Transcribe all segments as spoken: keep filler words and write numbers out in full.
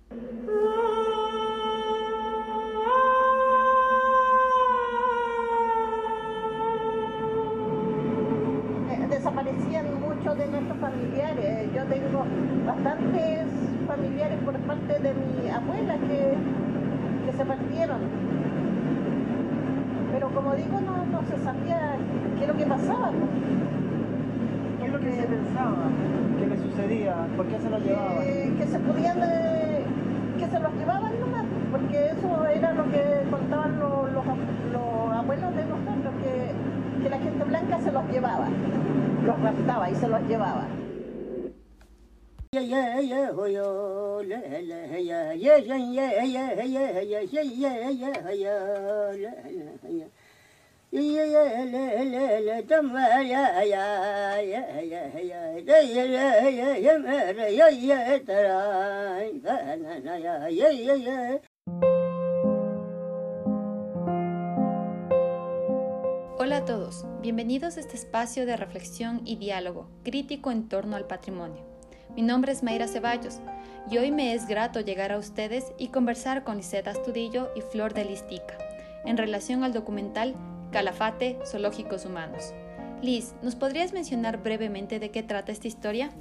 Desaparecían muchos de nuestros familiares. Yo tengo bastantes familiares por parte de mi abuela que, que se partieron. Pero como digo, no, no se sabía qué es lo que pasaba. ¿Qué es lo que se pensaba? ¿Qué le sucedía? ¿Por qué se lo llevaban? Que, que se podían, eh, que se los llevaban nomás, porque eso era lo que contaban los, los, los abuelos de nosotros, que, que la gente blanca se los llevaba, los raptaba y se los llevaba. Hola a todos, bienvenidos a este espacio de reflexión y diálogo crítico en torno al patrimonio. Mi nombre es Mayra Ceballos y hoy me es grato llegar a ustedes y conversar con Lisette Astudillo y Flor de Listica en relación al documental Calafate, Zoológicos Humanos. Liz, ¿nos podrías mencionar brevemente de qué trata esta historia?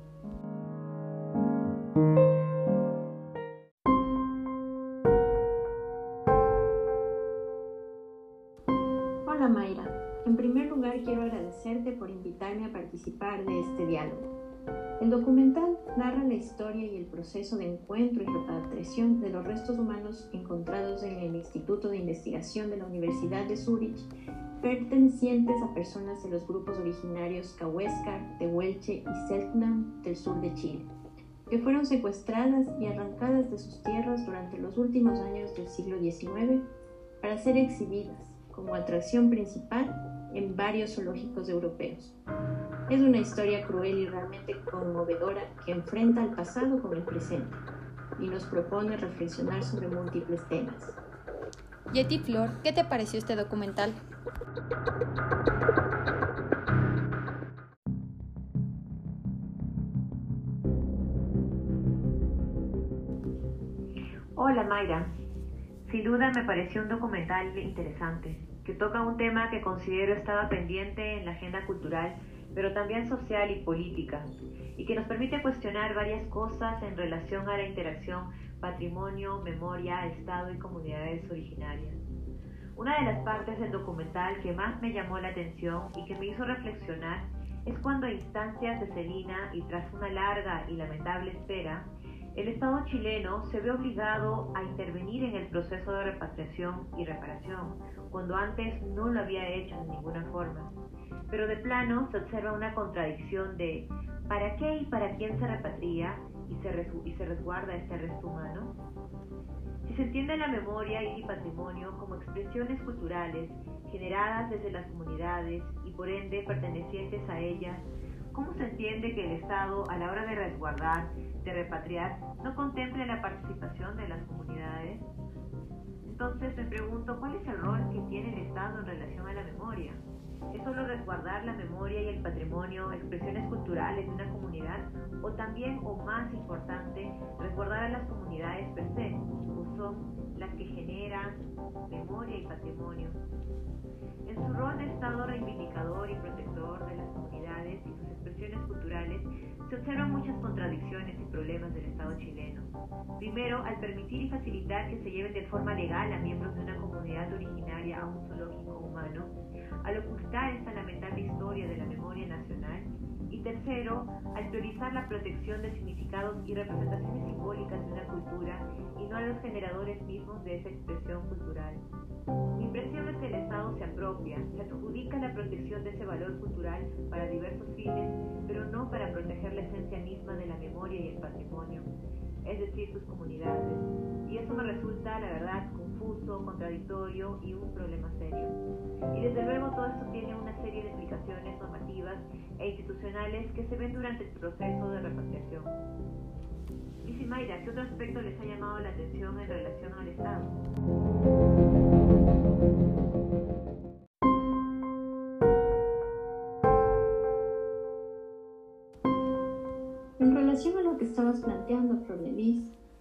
Hola Mayra, en primer lugar quiero agradecerte por invitarme a participar de este diálogo. El documental narra la historia y el proceso de encuentro y repatriación de los restos humanos encontrados en el Instituto de Investigación de la Universidad de Zúrich, pertenecientes a personas de los grupos originarios Cahuéscar, Tehuelche y Selknam del sur de Chile, que fueron secuestradas y arrancadas de sus tierras durante los últimos años del siglo diecinueve para ser exhibidas como atracción principal en varios zoológicos europeos. Es una historia cruel y realmente conmovedora que enfrenta el pasado con el presente y nos propone reflexionar sobre múltiples temas. Y a ti, Flor, ¿qué te pareció este documental? Hola Mayra, sin duda me pareció un documental interesante, que toca un tema que considero estaba pendiente en la agenda cultural, pero también social y política, y que nos permite cuestionar varias cosas en relación a la interacción patrimonio, memoria, Estado y comunidades originarias. Una de las partes del documental que más me llamó la atención y que me hizo reflexionar es cuando a instancias de Sedina y tras una larga y lamentable espera, el Estado chileno se ve obligado a intervenir en el proceso de repatriación y reparación, cuando antes no lo había hecho de ninguna forma. Pero de plano se observa una contradicción de ¿para qué y para quién se repatria y se, res- y se resguarda este resto humano? Si se entiende la memoria y el patrimonio como expresiones culturales generadas desde las comunidades y por ende pertenecientes a ellas, ¿cómo se entiende que el Estado, a la hora de resguardar, de repatriar, no contemple la participación de las comunidades? Entonces me pregunto, ¿cuál es el rol que tiene el Estado en relación a la memoria? ¿Es solo resguardar la memoria y el patrimonio, expresiones culturales de una comunidad, o también, o más importante, resguardar a las comunidades per se, o son las que generan memoria y patrimonio? En su rol de Estado reivindicador y protector de las comunidades y sus expresiones culturales, se observan muchas contradicciones y problemas del Estado chileno. Primero, al permitir y facilitar que se lleven de forma legal a miembros de una comunidad originaria a un zoológico humano, al ocultar esta lamentable historia de la memoria nacional, y tercero, al priorizar la protección de significados y representaciones simbólicas de una cultura y no a los generadores mismos de esa expresión cultural. Mi impresión es que el Estado se apropia, se adjudica la protección de ese valor cultural para diversos fines, pero no para proteger la esencia misma de la memoria y el patrimonio, es decir, sus comunidades. Y eso me resulta, la verdad, confuso, contradictorio y un problema serio. Y desde luego todo esto tiene una serie de implicaciones normativas e institucionales que se ven durante el proceso de repatriación. Y Mayra, ¿qué otro aspecto les ha llamado la atención en relación al Estado? En relación a lo que estabas planteando, Flor de Lis,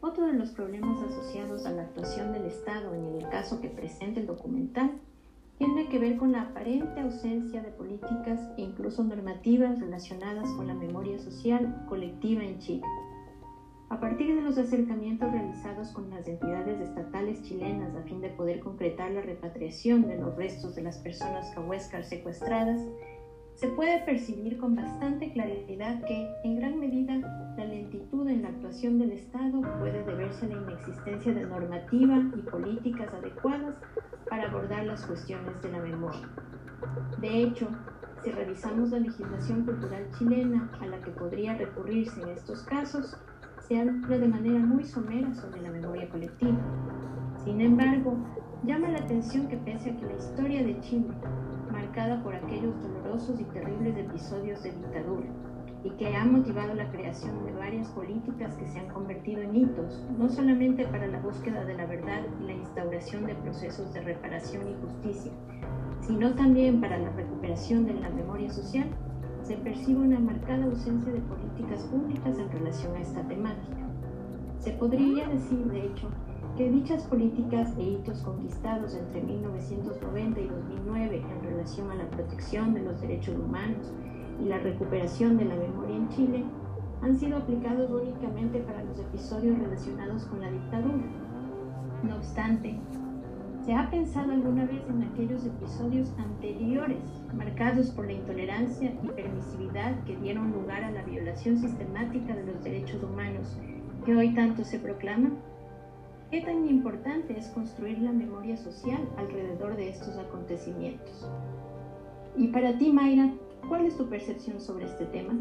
Otro de los problemas asociados a la actuación del Estado en el caso que presenta el documental tiene que ver con la aparente ausencia de políticas e incluso normativas relacionadas con la memoria social colectiva en Chile. A partir de los acercamientos realizados con las entidades estatales chilenas a fin de poder concretar la repatriación de los restos de las personas cahuéscar secuestradas, se puede percibir con bastante claridad que, en gran medida, la lentitud en la actuación del Estado puede deberse a la inexistencia de normativa y políticas adecuadas para abordar las cuestiones de la memoria. De hecho, si revisamos la legislación cultural chilena a la que podría recurrirse en estos casos, se habla de manera muy somera sobre la memoria colectiva. Sin embargo, llama la atención que pese a que la historia de Chile, marcada por aquellos dolorosos y terribles episodios de dictadura, y que ha motivado la creación de varias políticas que se han convertido en hitos, no solamente para la búsqueda de la verdad y la instauración de procesos de reparación y justicia, sino también para la recuperación de la memoria social, se percibe una marcada ausencia de políticas públicas en relación a esta temática. Se podría decir, de hecho, que dichas políticas e hitos conquistados entre mil novecientos noventa y dos mil nueve en relación a la protección de los derechos humanos y la recuperación de la memoria en Chile han sido aplicados únicamente para los episodios relacionados con la dictadura. No obstante, ¿se ha pensado alguna vez en aquellos episodios anteriores, marcados por la intolerancia y permisividad que dieron lugar a la violación sistemática de los derechos humanos que hoy tanto se proclaman? ¿Qué tan importante es construir la memoria social alrededor de estos acontecimientos? Y para ti, Mayra, ¿cuál es tu percepción sobre este tema?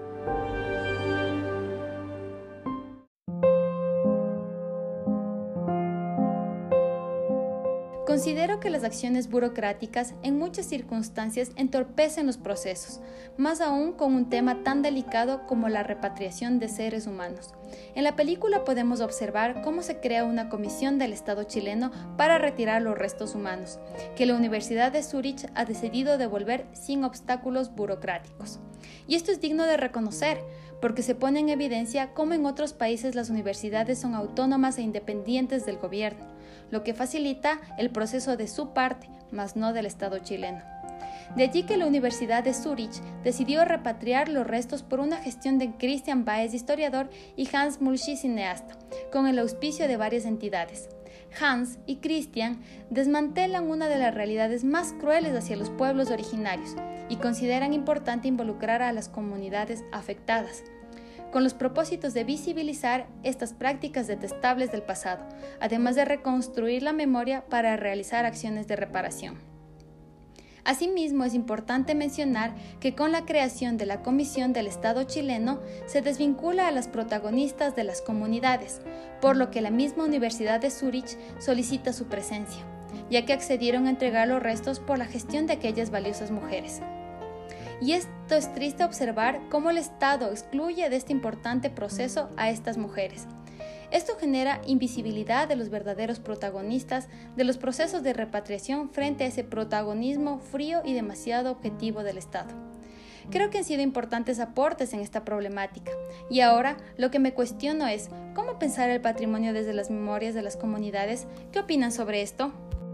Considero que las acciones burocráticas en muchas circunstancias entorpecen los procesos, más aún con un tema tan delicado como la repatriación de seres humanos. En la película podemos observar cómo se crea una comisión del Estado chileno para retirar los restos humanos, que la Universidad de Zúrich ha decidido devolver sin obstáculos burocráticos. Y esto es digno de reconocer, porque se pone en evidencia cómo en otros países las universidades son autónomas e independientes del gobierno, lo que facilita el proceso de su parte, mas no del Estado chileno. De allí que la Universidad de Zúrich decidió repatriar los restos por una gestión de Christian Baez, historiador, y Hans Mulchy, cineasta, con el auspicio de varias entidades. Hans y Christian desmantelan una de las realidades más crueles hacia los pueblos originarios y consideran importante involucrar a las comunidades afectadas, con los propósitos de visibilizar estas prácticas detestables del pasado, además de reconstruir la memoria para realizar acciones de reparación. Asimismo, es importante mencionar que con la creación de la Comisión del Estado chileno se desvincula a las protagonistas de las comunidades, por lo que la misma Universidad de Zúrich solicita su presencia, ya que accedieron a entregar los restos por la gestión de aquellas valiosas mujeres. Y esto es triste observar cómo el Estado excluye de este importante proceso a estas mujeres. Esto genera invisibilidad de los verdaderos protagonistas de los procesos de repatriación frente a ese protagonismo frío y demasiado objetivo del Estado. Creo que han sido importantes aportes en esta problemática, y ahora lo que me cuestiono es cómo pensar el patrimonio desde las memorias de las comunidades. ¿Qué opinan sobre esto?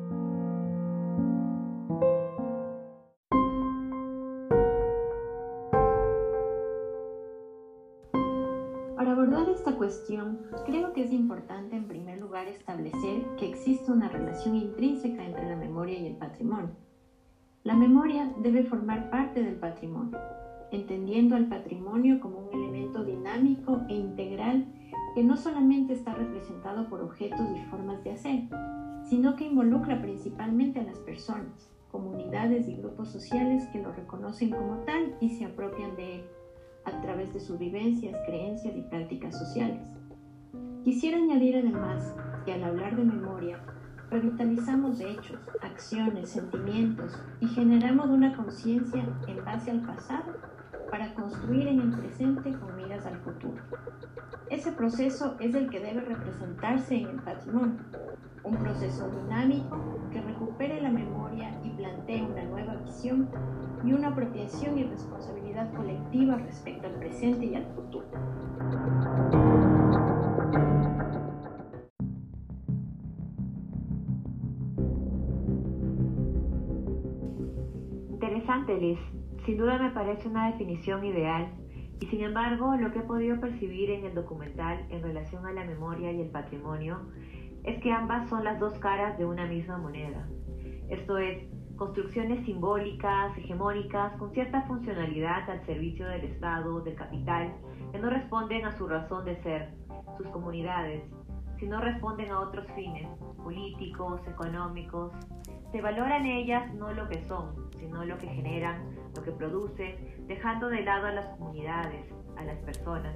Para abordar esta cuestión, creo que es importante en primer lugar establecer que existe una relación intrínseca entre la memoria y el patrimonio. La memoria debe formar parte del patrimonio, entendiendo al patrimonio como un elemento dinámico e integral que no solamente está representado por objetos y formas de hacer, sino que involucra principalmente a las personas, comunidades y grupos sociales que lo reconocen como tal y se apropian de él, a través de sus vivencias, creencias y prácticas sociales. Quisiera añadir además que al hablar de memoria, revitalizamos hechos, acciones, sentimientos y generamos una conciencia en base al pasado para construir en el presente con miras al futuro. Ese proceso es el que debe representarse en el patrimonio, un proceso dinámico que recupere la memoria y plantee una nueva visión y una apropiación y responsabilidad colectiva respecto al presente y al futuro. interesante, Liz. Sin duda me parece una definición ideal. Y sin embargo, lo que he podido percibir en el documental en relación a la memoria y el patrimonio es que ambas son las dos caras de una misma moneda. Esto es, construcciones simbólicas, hegemónicas, con cierta funcionalidad al servicio del Estado, del capital, que no responden a su razón de ser, sus comunidades, sino responden a otros fines, políticos, económicos. Se valora en ellas no lo que son, sino lo que generan, lo que producen, dejando de lado a las comunidades, a las personas.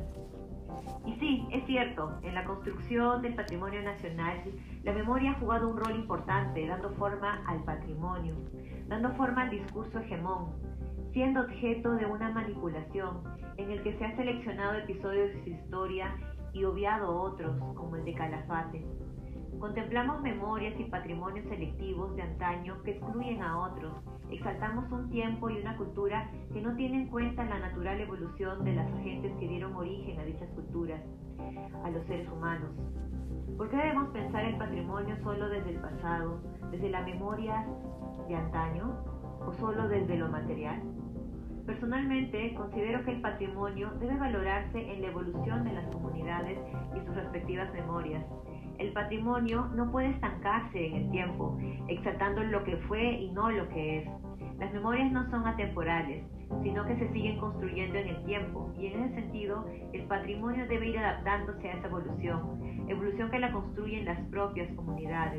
Y sí, es cierto, en la construcción del patrimonio nacional, la memoria ha jugado un rol importante, dando forma al patrimonio, dando forma al discurso hegemón, siendo objeto de una manipulación en el que se han seleccionado episodios de su historia y obviado otros, como el de Calafate. Contemplamos memorias y patrimonios selectivos de antaño que excluyen a otros. Exaltamos un tiempo y una cultura que no tiene en cuenta la natural evolución de las agentes que dieron origen a dichas culturas, a los seres humanos. ¿Por qué debemos pensar el patrimonio solo desde el pasado, desde la memoria de antaño, o solo desde lo material? Personalmente, considero que el patrimonio debe valorarse en la evolución de las comunidades y sus respectivas memorias. El patrimonio no puede estancarse en el tiempo, exaltando lo que fue y no lo que es. Las memorias no son atemporales, sino que se siguen construyendo en el tiempo, y en ese sentido, el patrimonio debe ir adaptándose a esa evolución, evolución que la construyen las propias comunidades.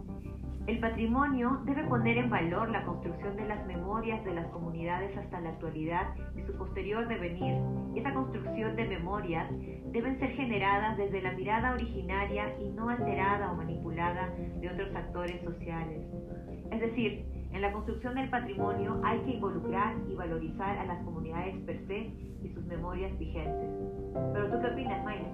El patrimonio debe poner en valor la construcción de las memorias de las comunidades hasta la actualidad y su posterior devenir. Y esa construcción de memorias deben ser generadas desde la mirada originaria y no alterada o manipulada de otros actores sociales. Es decir, en la construcción del patrimonio hay que involucrar y valorizar a las comunidades per se y sus memorias vigentes. ¿Pero tú qué opinas, Mayra?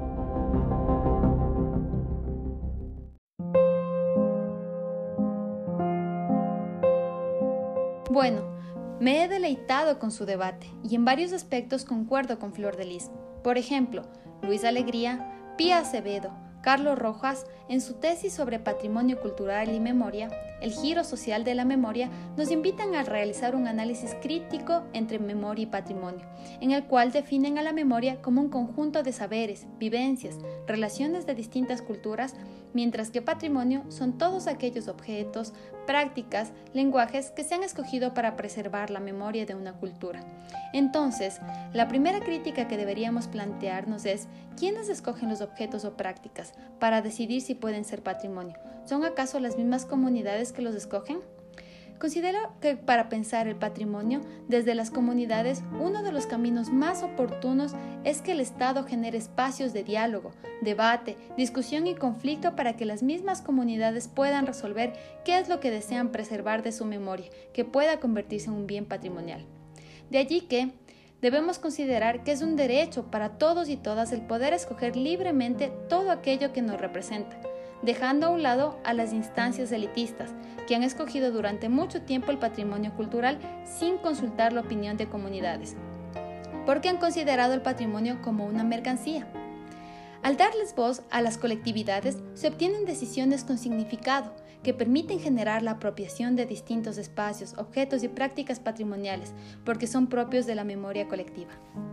Bueno, me he deleitado con su debate y en varios aspectos concuerdo con Flor de Lis. Por ejemplo, Luis Alegría, Pía Acevedo, Carlos Rojas, en su tesis sobre patrimonio cultural y memoria, el giro social de la memoria, nos invitan a realizar un análisis crítico entre memoria y patrimonio, en el cual definen a la memoria como un conjunto de saberes, vivencias, relaciones de distintas culturas, mientras que patrimonio son todos aquellos objetos, prácticas, lenguajes que se han escogido para preservar la memoria de una cultura. Entonces, la primera crítica que deberíamos plantearnos es: ¿quiénes escogen los objetos o prácticas para decidir si pueden ser patrimonio? ¿Son acaso las mismas comunidades que los escogen? Considero que para pensar el patrimonio desde las comunidades, uno de los caminos más oportunos es que el Estado genere espacios de diálogo, debate, discusión y conflicto para que las mismas comunidades puedan resolver qué es lo que desean preservar de su memoria, que pueda convertirse en un bien patrimonial. De allí que debemos considerar que es un derecho para todos y todas el poder escoger libremente todo aquello que nos representa, dejando a un lado a las instancias elitistas, que han escogido durante mucho tiempo el patrimonio cultural sin consultar la opinión de comunidades, porque han considerado el patrimonio como una mercancía. Al darles voz a las colectividades, se obtienen decisiones con significado, que permiten generar la apropiación de distintos espacios, objetos y prácticas patrimoniales, porque son propios de la memoria colectiva.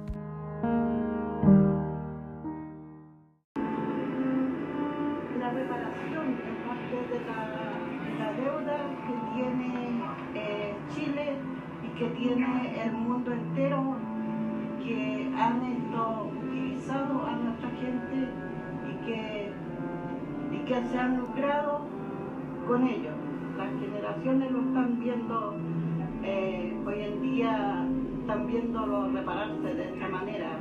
La reparación es parte de la, la deuda que tiene eh, Chile y que tiene el mundo entero, que han esto utilizado a nuestra gente y que, y que se han lucrado con ello. Las generaciones lo están viendo eh, hoy en día, están viéndolo repararse de esta manera.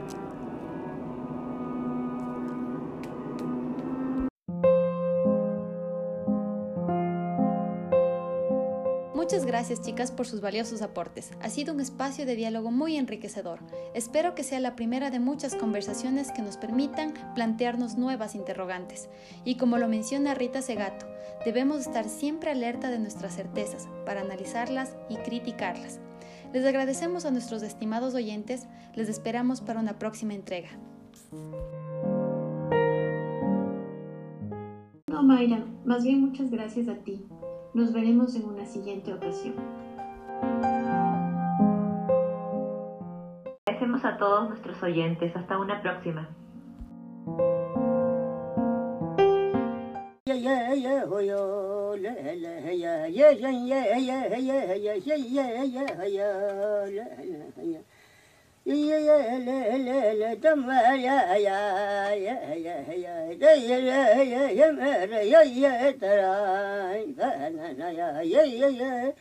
Muchas gracias, chicas, por sus valiosos aportes. Ha sido un espacio de diálogo muy enriquecedor. Espero que sea la primera de muchas conversaciones que nos permitan plantearnos nuevas interrogantes. Y como lo menciona Rita Segato, debemos estar siempre alerta de nuestras certezas para analizarlas y criticarlas. Les agradecemos a nuestros estimados oyentes. Les esperamos para una próxima entrega. No, Mayra, más bien muchas gracias a ti. Nos veremos en una siguiente ocasión. agradecemos a todos nuestros oyentes. Hasta una próxima.